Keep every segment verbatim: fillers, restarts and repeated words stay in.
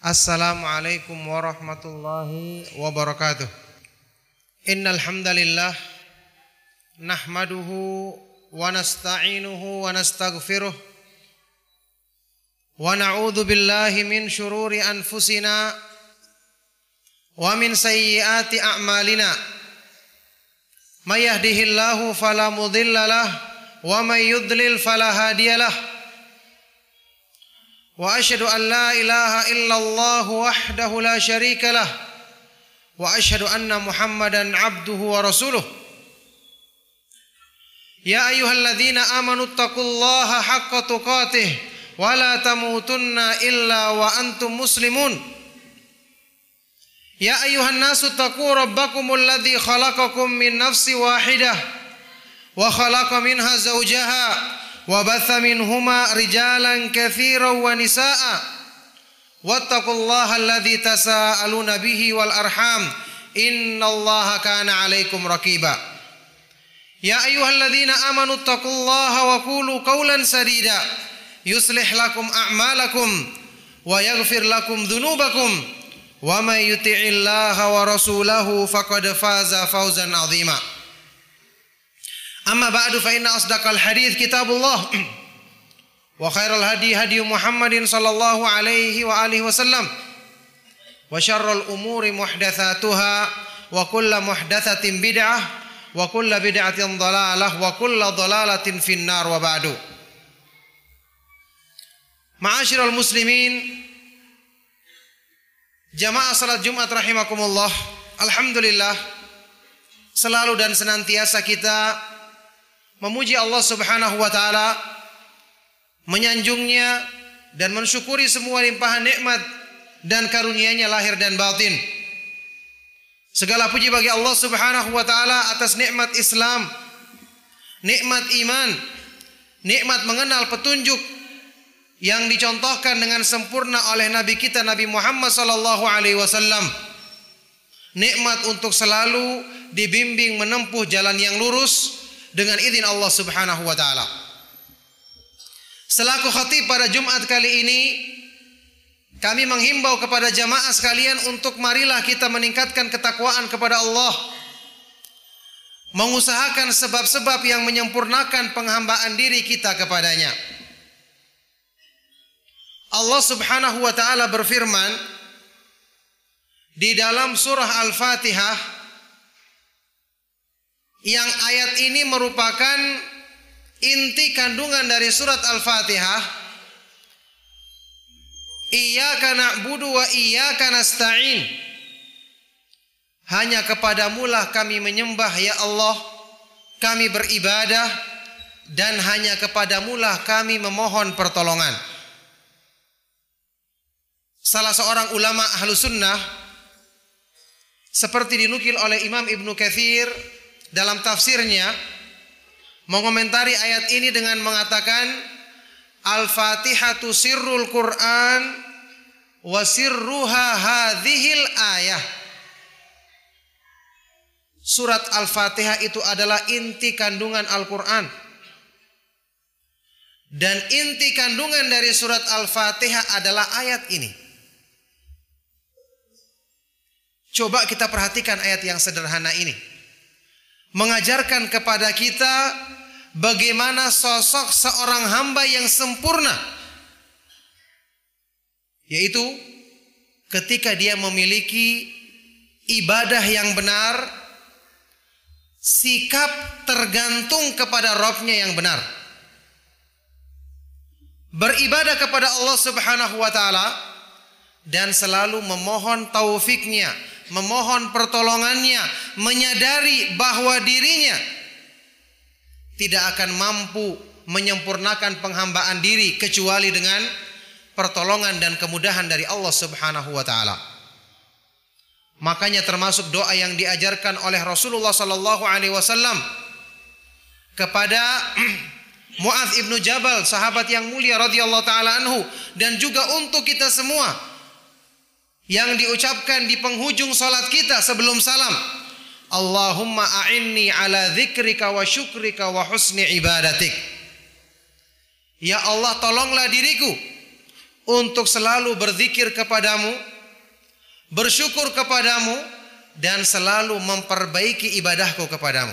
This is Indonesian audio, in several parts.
Assalamualaikum warahmatullahi wabarakatuh. Innal hamdalillah nahmaduhu wa nasta'inuhu wa nastaghfiruh wa na'udzu billahi min syururi anfusina wa min sayyiati a'malina. May yahdihillahu fala mudhillalah wa may yudlil fala hadiyalah. Wa asyhadu an la ilaha illallah wahdahu la syarika lah wa asyhadu anna Muhammadan abduhu wa rasuluh. Ya ayyuhalladzina amanu taqullaha haqqa tuqatih wa la tamutunna illa wa antum muslimun. Ya ayyuhan nasu taqu rabbakumul ladzi khalaqakum min nafsin wahidah wa khalaqa minha zawjaha wa batha minhuma rijalan katsiran wa nisaa'a wattaqullaha alladzi tasaaluna bihi wal arham innallaha kana 'alaikum raqiba. Ya ayyuhalladzina amanu taqullaha wa qulu qawlan sadida yuslih lakum a'malakum wa yaghfir lakum dhunubakum wa may yuti'illaha wa rasulahu faqad faza fawzan 'azima. Amma ba'du fa inna asdaqal hadits kitabullah wa khairal hadi hadi Muhammadin sallallahu alaihi wa alihi wasallam wa syarrul umuri muhdatsatuha wa kullu muhdatsatin bid'ah wa kullu bid'atin dhalalah wa kullu dhalalatin finnar wa ba'du. Ma'asyiral muslimin, jamaah salat Jumat rahimakumullah, alhamdulillah selalu dan senantiasa kita memuji Allah Subhanahu wa taala, menyanjungnya dan mensyukuri semua limpahan nikmat dan karunia-Nya lahir dan batin. Segala puji bagi Allah Subhanahu wa taala atas nikmat Islam, nikmat iman, nikmat mengenal petunjuk yang dicontohkan dengan sempurna oleh Nabi kita Nabi Muhammad sallallahu alaihi wasallam. Nikmat untuk selalu dibimbing menempuh jalan yang lurus dengan izin Allah Subhanahu wa taala. Selaku khatib pada Jumat kali ini, kami menghimbau kepada jamaah sekalian untuk marilah kita meningkatkan ketakwaan kepada Allah, mengusahakan sebab-sebab yang menyempurnakan penghambaan diri kita kepadanya. Allah Subhanahu wa taala berfirman di dalam surah Al-Fatihah, yang ayat ini merupakan inti kandungan dari surat Al-Fatihah. Iyyaka na'budu wa iyyaka nasta'in. Hanya kepadamulah kami menyembah ya Allah, kami beribadah, dan hanya kepadamulah kami memohon pertolongan. Salah seorang ulama Ahlus Sunnah, seperti dinukil oleh Imam Ibnu Katsir dalam tafsirnya, mengomentari ayat ini dengan mengatakan, Al-Fatihatu sirrul Qur'an wa sirruha hadhil ayah. Surat Al-Fatihah itu adalah inti kandungan Al-Quran, dan inti kandungan dari surat Al-Fatihah adalah ayat ini. Coba kita perhatikan ayat yang sederhana ini, mengajarkan kepada kita bagaimana sosok seorang hamba yang sempurna, yaitu ketika dia memiliki ibadah yang benar, sikap tergantung kepada Rabb-Nya yang benar, beribadah kepada Allah Subhanahu wa taala, dan selalu memohon taufiknya, memohon pertolongannya, menyadari bahwa dirinya tidak akan mampu menyempurnakan penghambaan diri kecuali dengan pertolongan dan kemudahan dari Allah Subhanahu wa taala. Makanya termasuk doa yang diajarkan oleh Rasulullah sallallahu alaihi wasallam kepada Mu'adz ibnu Jabal, sahabat yang mulia radhiyallahu taala anhu, dan juga untuk kita semua, yang diucapkan di penghujung salat kita sebelum salam, Allahumma a'inni ala dzikrika wa syukrika wa husni ibadatik. Ya Allah, tolonglah diriku untuk selalu berzikir kepadamu, bersyukur kepadamu, dan selalu memperbaiki ibadahku kepadamu.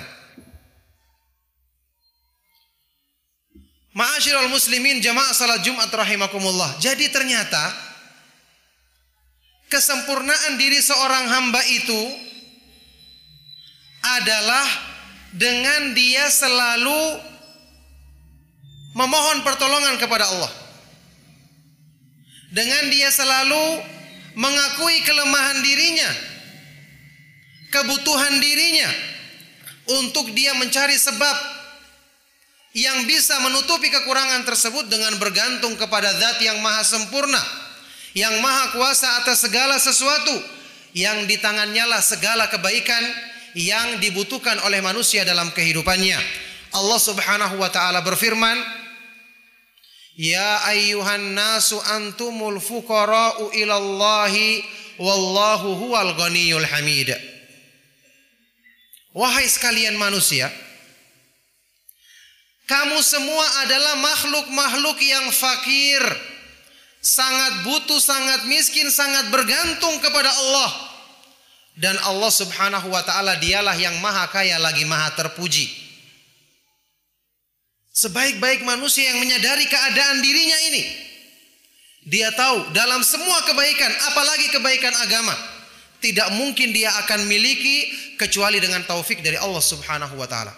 Ma'asyiral muslimin jamaah salat Jumat rahimakumullah. Jadi ternyata kesempurnaan diri seorang hamba itu adalah dengan dia selalu memohon pertolongan kepada Allah. Dengan dia selalu mengakui kelemahan dirinya, kebutuhan dirinya, untuk dia mencari sebab yang bisa menutupi kekurangan tersebut dengan bergantung kepada Zat yang maha sempurna, yang maha kuasa atas segala sesuatu, yang di tangannya lah segala kebaikan yang dibutuhkan oleh manusia dalam kehidupannya. Allah Subhanahu wa taala berfirman, "Ya ayyuhan nasu antumul fuqara'u ilallahi wallahu huwal ghaniyul hamid." Wahai sekalian manusia, kamu semua adalah makhluk-makhluk yang fakir, sangat butuh, sangat miskin, sangat bergantung kepada Allah. Dan Allah Subhanahu wa taala dialah yang maha kaya lagi maha terpuji. Sebaik-baik manusia yang menyadari keadaan dirinya ini, dia tahu dalam semua kebaikan, apalagi kebaikan agama, tidak mungkin dia akan miliki kecuali dengan taufik dari Allah Subhanahu wa taala.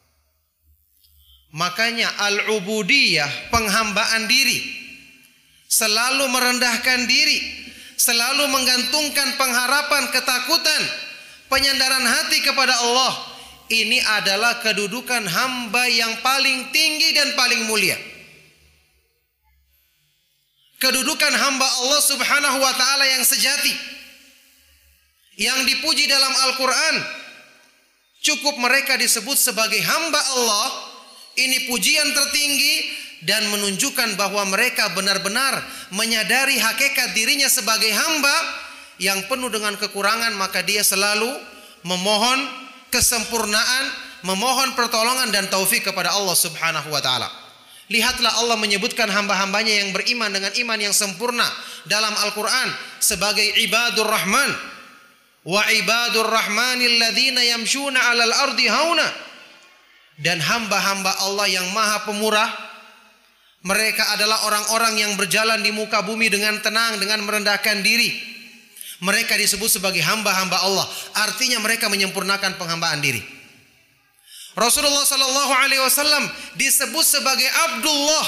Makanya al-ubudiyah, penghambaan diri, selalu merendahkan diri, selalu menggantungkan pengharapan, ketakutan, penyandaran hati kepada Allah. Ini adalah kedudukan hamba yang paling tinggi dan paling mulia. Kedudukan hamba Allah Subhanahu wa taala yang sejati, yang dipuji dalam Al-Quran. Cukup mereka disebut sebagai hamba Allah. Ini pujian tertinggi dan menunjukkan bahwa mereka benar-benar menyadari hakikat dirinya sebagai hamba yang penuh dengan kekurangan, maka dia selalu memohon kesempurnaan, memohon pertolongan dan taufik kepada Allah Subhanahu wa taala. Lihatlah Allah menyebutkan hamba-hambanya yang beriman dengan iman yang sempurna dalam Al-Quran sebagai ibadur rahman. Wa ibadur rahmanil ladzina yamshuna 'alal ardi hauna. Dan hamba-hamba Allah yang maha pemurah, mereka adalah orang-orang yang berjalan di muka bumi dengan tenang, dengan merendahkan diri. Mereka disebut sebagai hamba-hamba Allah. Artinya mereka menyempurnakan penghambaan diri. Rasulullah sallallahu alaihi wasallam disebut sebagai Abdullah,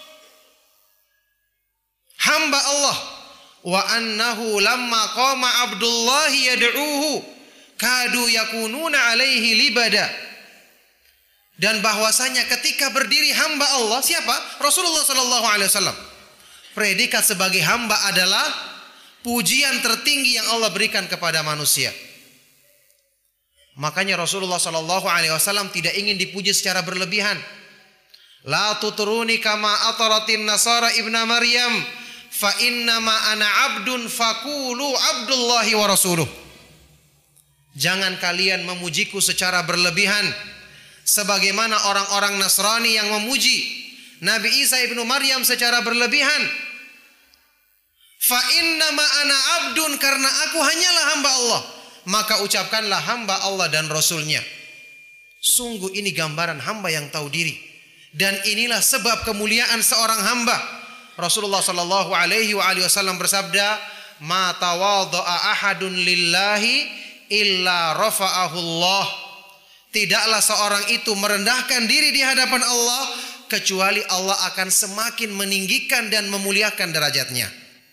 hamba Allah. Wa annahu lamma qama Abdullah yad'uhu kadu yakununa alaihi libada. Dan bahwasanya ketika berdiri hamba Allah, siapa? Rasulullah sallallahu alaihi wasallam. Predikat sebagai hamba adalah pujian tertinggi yang Allah berikan kepada manusia. Makanya Rasulullah sallallahu alaihi wasallam tidak ingin dipuji secara berlebihan. La tuturuni kama ataratin nasara ibna Maryam fa innama ana abdun faqulu abdullahi wa rasuluh. Jangan kalian memujiku secara berlebihan sebagaimana orang-orang Nasrani yang memuji Nabi Isa ibnu Maryam secara berlebihan. Fa innama ana abdun, karena aku hanyalah hamba Allah, maka ucapkanlah hamba Allah dan Rasulnya. Sungguh ini gambaran hamba yang tahu diri, dan inilah sebab kemuliaan seorang hamba. Rasulullah sallallahu alaihi wasallam bersabda, "Ma tawadha'a ahadun lillahi illa rafa'ahu Allah." Tidaklah seorang itu merendahkan diri di hadapan Allah kecuali Allah akan semakin meninggikan dan memuliakan derajatnya.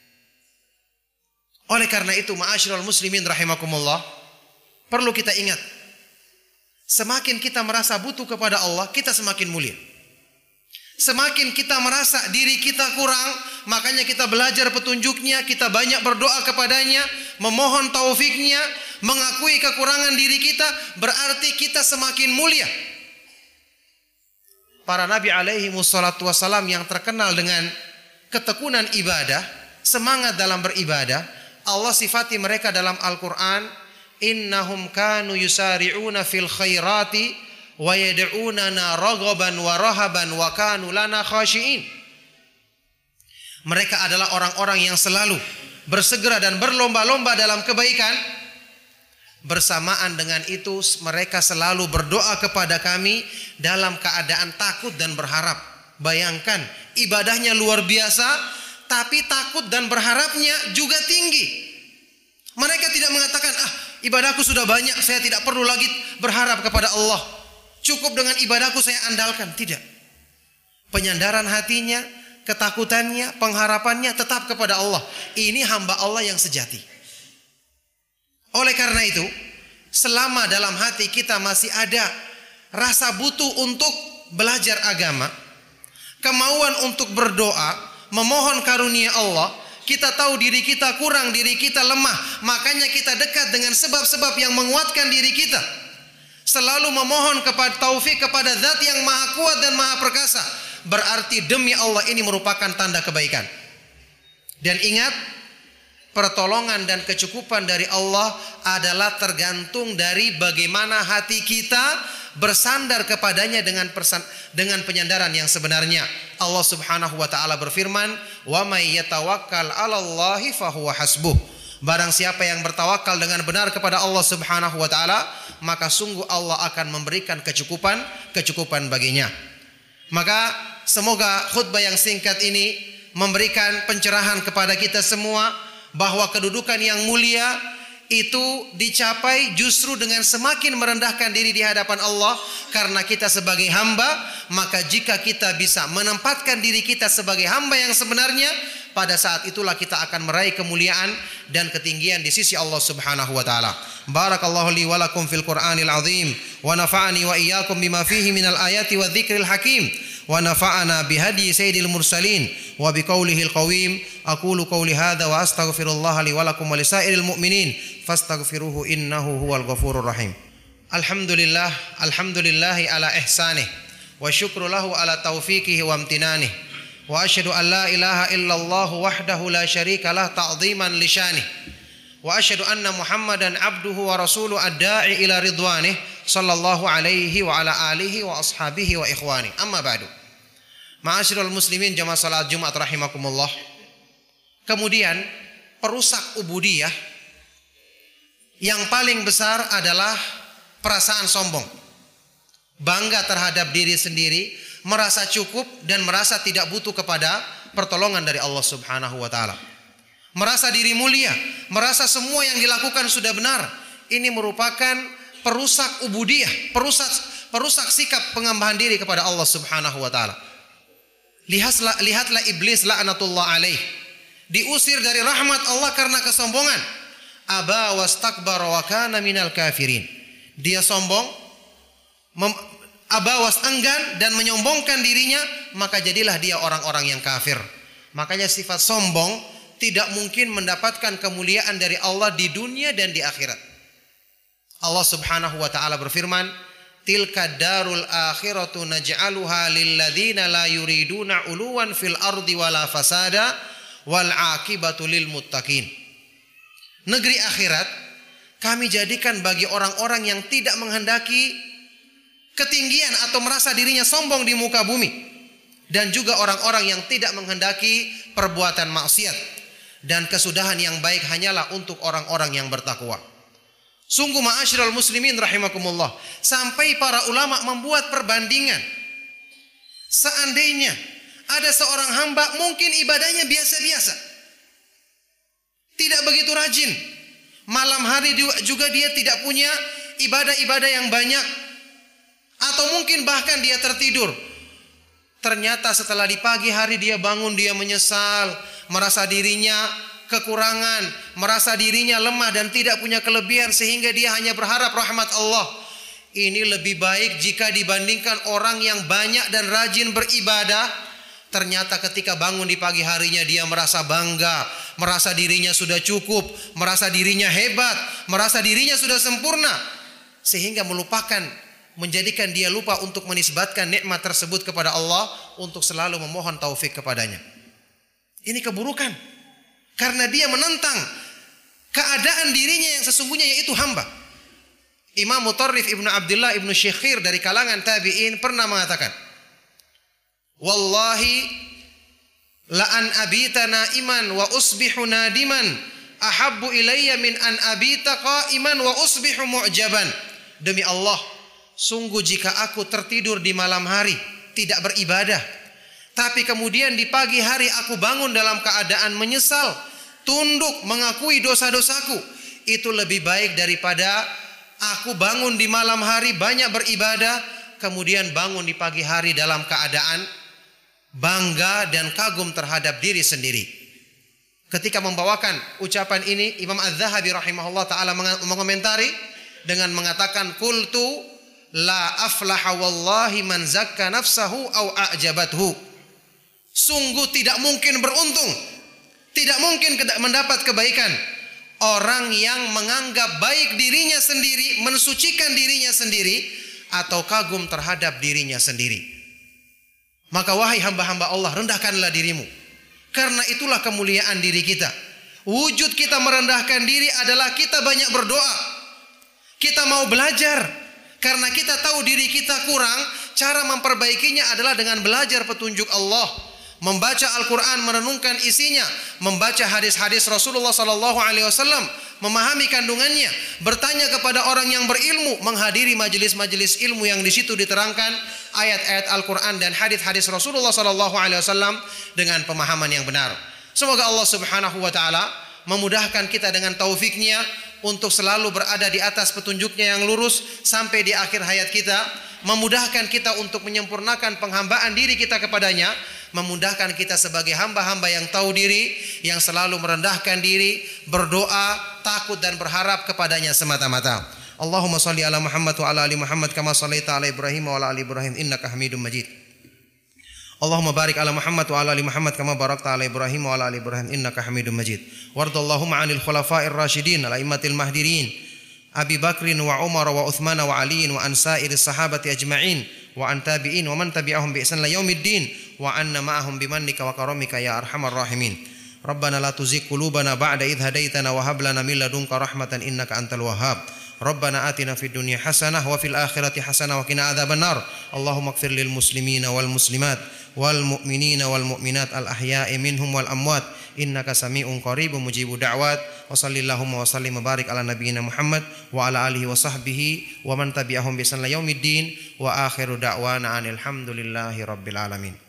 Oleh karena itu, ma'asyiral muslimin rahimakumullah, perlu kita ingat, semakin kita merasa butuh kepada Allah, kita semakin mulia. Semakin kita merasa diri kita kurang, makanya kita belajar petunjuknya, kita banyak berdoa kepadanya, memohon taufiknya, mengakui kekurangan diri kita, berarti kita semakin mulia. Para nabi alaihi wassalatu wassalam yang terkenal dengan ketekunan ibadah, semangat dalam beribadah, Allah sifati mereka dalam Al-Quran, innahum kanu yusari'una fil khairati wa yad'unana raghaban wa rahaban wa kanu lana khashi'in. mereka adalah orang-orang yang selalu bersegera dan berlomba-lomba dalam kebaikan. Bersamaan dengan itu mereka selalu berdoa kepada kami dalam keadaan takut dan berharap. Bayangkan, ibadahnya luar biasa, tapi takut dan berharapnya juga tinggi. Mereka tidak mengatakan, ah ibadahku sudah banyak, saya tidak perlu lagi berharap kepada Allah, cukup dengan ibadahku saya andalkan. Tidak. Penyandaran hatinya, ketakutannya, pengharapannya tetap kepada Allah. Ini hamba Allah yang sejati. Oleh karena itu, selama dalam hati kita masih ada rasa butuh untuk belajar agama, kemauan untuk berdoa, memohon karunia Allah, kita tahu diri kita kurang, diri kita lemah, makanya kita dekat dengan sebab-sebab yang menguatkan diri kita. Selalu memohon kepada taufik kepada Zat yang Maha Kuat dan Maha Perkasa. Berarti demi Allah ini merupakan tanda kebaikan. Dan ingat, pertolongan dan kecukupan dari Allah adalah tergantung dari bagaimana hati kita bersandar kepadanya dengan persan, dengan penyandaran yang sebenarnya. Allah Subhanahu wa taala berfirman, "Wa may yatawakkal 'alallahi fahuwa hasbuh." Barang siapa yang bertawakal dengan benar kepada Allah Subhanahu wa taala, maka sungguh Allah akan memberikan kecukupan, kecukupan baginya. Maka semoga khutbah yang singkat ini memberikan pencerahan kepada kita semua bahwa kedudukan yang mulia itu dicapai justru dengan semakin merendahkan diri di hadapan Allah. Karena kita sebagai hamba, maka jika kita bisa menempatkan diri kita sebagai hamba yang sebenarnya, pada saat itulah kita akan meraih kemuliaan dan ketinggian di sisi Allah Subhanahu wa taala. Barakallahu li wa lakum fil Qur'anil azim wa nafa'ani wa iyyakum bima fihi minal ayati wa dzikril hakim wa nafa'ana bihadi sayyidil mursalin wa biqaulihil qawim. Aqulu qawli hadza wa astaghfirullah li wa lakum wa lisairil mu'minin fastaghfiruhu innahu huwal ghafurur rahim. Alhamdulillah, alhamdulillahi ala ihsanih wa syukru lahu ala taufiqihi wa amtinanih wa asyhadu an la ilaha illallah wahdahu la syarika lah ta'dhiman li syanih wa asyhadu anna Muhammadan abduhu wa rasuluhu ad-da'i ila ridwanih sallallahu alaihi wa ala alihi wa ashabihi wa ikhwani. Amma ba'du. Ma'asyiral muslimin jamaah salat Jumat rahimakumullah. Kemudian perusak ubudiyah yang paling besar adalah perasaan sombong, bangga terhadap diri sendiri, merasa cukup dan merasa tidak butuh kepada pertolongan dari Allah Subhanahu wa taala. Merasa diri mulia, merasa semua yang dilakukan sudah benar. Ini merupakan perusak ubudiyah, perusak perusak sikap pengambahan diri kepada Allah Subhanahu wa taala. Lihatlah lihatlah iblis laknatullah alaih, diusir dari rahmat Allah karena kesombongan. Aba wastakbara wa kana minal kafirin. Dia sombong, mem- abawas enggan dan menyombongkan dirinya, maka jadilah dia orang-orang yang kafir. Makanya sifat sombong tidak mungkin mendapatkan kemuliaan dari Allah di dunia dan di akhirat. Allah Subhanahu wa taala berfirman, "Tilka darul akhiratu naj'aluha lil ladzina la yuriduna uluwan fil ardi wala fasada wal aqibatu lil muttaqin." Negeri akhirat kami jadikan bagi orang-orang yang tidak menghendaki ketinggian atau merasa dirinya sombong di muka bumi, dan juga orang-orang yang tidak menghendaki perbuatan maksiat, dan kesudahan yang baik hanyalah untuk orang-orang yang bertakwa. Sungguh ma'asyiral muslimin rahimakumullah, sampai para ulama membuat perbandingan. Seandainya ada seorang hamba mungkin ibadahnya biasa-biasa, tidak begitu rajin, malam hari juga dia tidak punya ibadah-ibadah yang banyak, atau mungkin bahkan dia tertidur. Ternyata setelah di pagi hari dia bangun, dia menyesal, merasa dirinya kekurangan, merasa dirinya lemah dan tidak punya kelebihan, sehingga dia hanya berharap rahmat Allah. Ini lebih baik jika dibandingkan orang yang banyak dan rajin beribadah. Ternyata ketika bangun di pagi harinya dia merasa bangga, merasa dirinya sudah cukup, merasa dirinya hebat, merasa dirinya sudah sempurna, sehingga melupakan, menjadikan dia lupa untuk menisbatkan nikmat tersebut kepada Allah, untuk selalu memohon taufik kepadanya. Ini keburukan, karena dia menentang keadaan dirinya yang sesungguhnya, yaitu hamba. Imam Mutarrif Ibnu Abdullah Ibnu Syekhir dari kalangan tabi'in pernah mengatakan, "Wallahi La an abita naiman wa usbihu nadiman ahabbu ilayya min an abita qa'iman wa usbihu mu'jaban. Demi Allah, sungguh jika aku tertidur di malam hari tidak beribadah, tapi kemudian di pagi hari aku bangun dalam keadaan menyesal, tunduk mengakui dosa-dosaku, itu lebih baik daripada aku bangun di malam hari banyak beribadah, kemudian bangun di pagi hari dalam keadaan bangga dan kagum terhadap diri sendiri. Ketika membawakan ucapan ini, Imam Az-Zahabi rahimahullah ta'ala mengomentari dengan mengatakan, qultu la aflaha wallahi man zakka nafsahu au a'jabathu. Sungguh tidak mungkin beruntung, tidak mungkin mendapat kebaikan orang yang menganggap baik dirinya sendiri, mensucikan dirinya sendiri, atau kagum terhadap dirinya sendiri. Maka wahai hamba-hamba Allah, rendahkanlah dirimu, karena itulah kemuliaan diri kita. Wujud kita merendahkan diri adalah kita banyak berdoa. Kita mau belajar, karena kita tahu diri kita kurang. Cara memperbaikinya adalah dengan belajar petunjuk Allah, membaca Al-Quran, merenungkan isinya, membaca hadis-hadis Rasulullah sallallahu alaihi wasallam, memahami kandungannya, bertanya kepada orang yang berilmu, menghadiri majelis-majelis ilmu yang di situ diterangkan ayat-ayat Al-Quran dan hadis-hadis Rasulullah sallallahu alaihi wasallam dengan pemahaman yang benar. Semoga Allah Subhanahu wa taala memudahkan kita dengan taufiknya untuk selalu berada di atas petunjuknya yang lurus sampai di akhir hayat kita, memudahkan kita untuk menyempurnakan penghambaan diri kita kepadanya, memudahkan kita sebagai hamba-hamba yang tahu diri, yang selalu merendahkan diri, berdoa, takut dan berharap kepadanya semata-mata. Allahumma salli ala Muhammad wa ala ali Muhammad kama sallaita ala Ibrahim wa ala ali Ibrahim innaka Hamidum Majid. Allahumma barik ala Muhammad wa ala ali Muhammad kama barakta ala Ibrahim wa ala ali Ibrahim innaka Hamidum Majid. Wardallahumma 'anil khulafa'ir rasyidin al-a'immatil mahdirin Abi Bakrin wa Umar wa Uthman wa Ali wa an sa'iris sahabati ajma'in wa an tabi'in wa man tabi'ahum bi ihsan ila yaumiddin wa anna ma'ahum bimannika wa karamika ya arhamar rahimin. Rabbana la tuzigh qulubana ba'da idh hadaitana wa hab lana min ladunka rahmatan innaka antal wahhab. Rabbana atina fid dunya hasanah wa fil akhirati hasanah wa qina adzabannar. Allahumma ighfir lil muslimina wal muslimat wal mu'minina wal mu'minat al ahya'i minhum wal amwat innaka sami'un qaribun mujibu da'wat. Wa sallallahu wa sallim barik ala nabiyyina Muhammad wa ala alihi wa sahbihi wa man tabi'ahum bi ihsan ila yaumiddin wa akhiru da'wana alhamdulillahi rabbil alamin.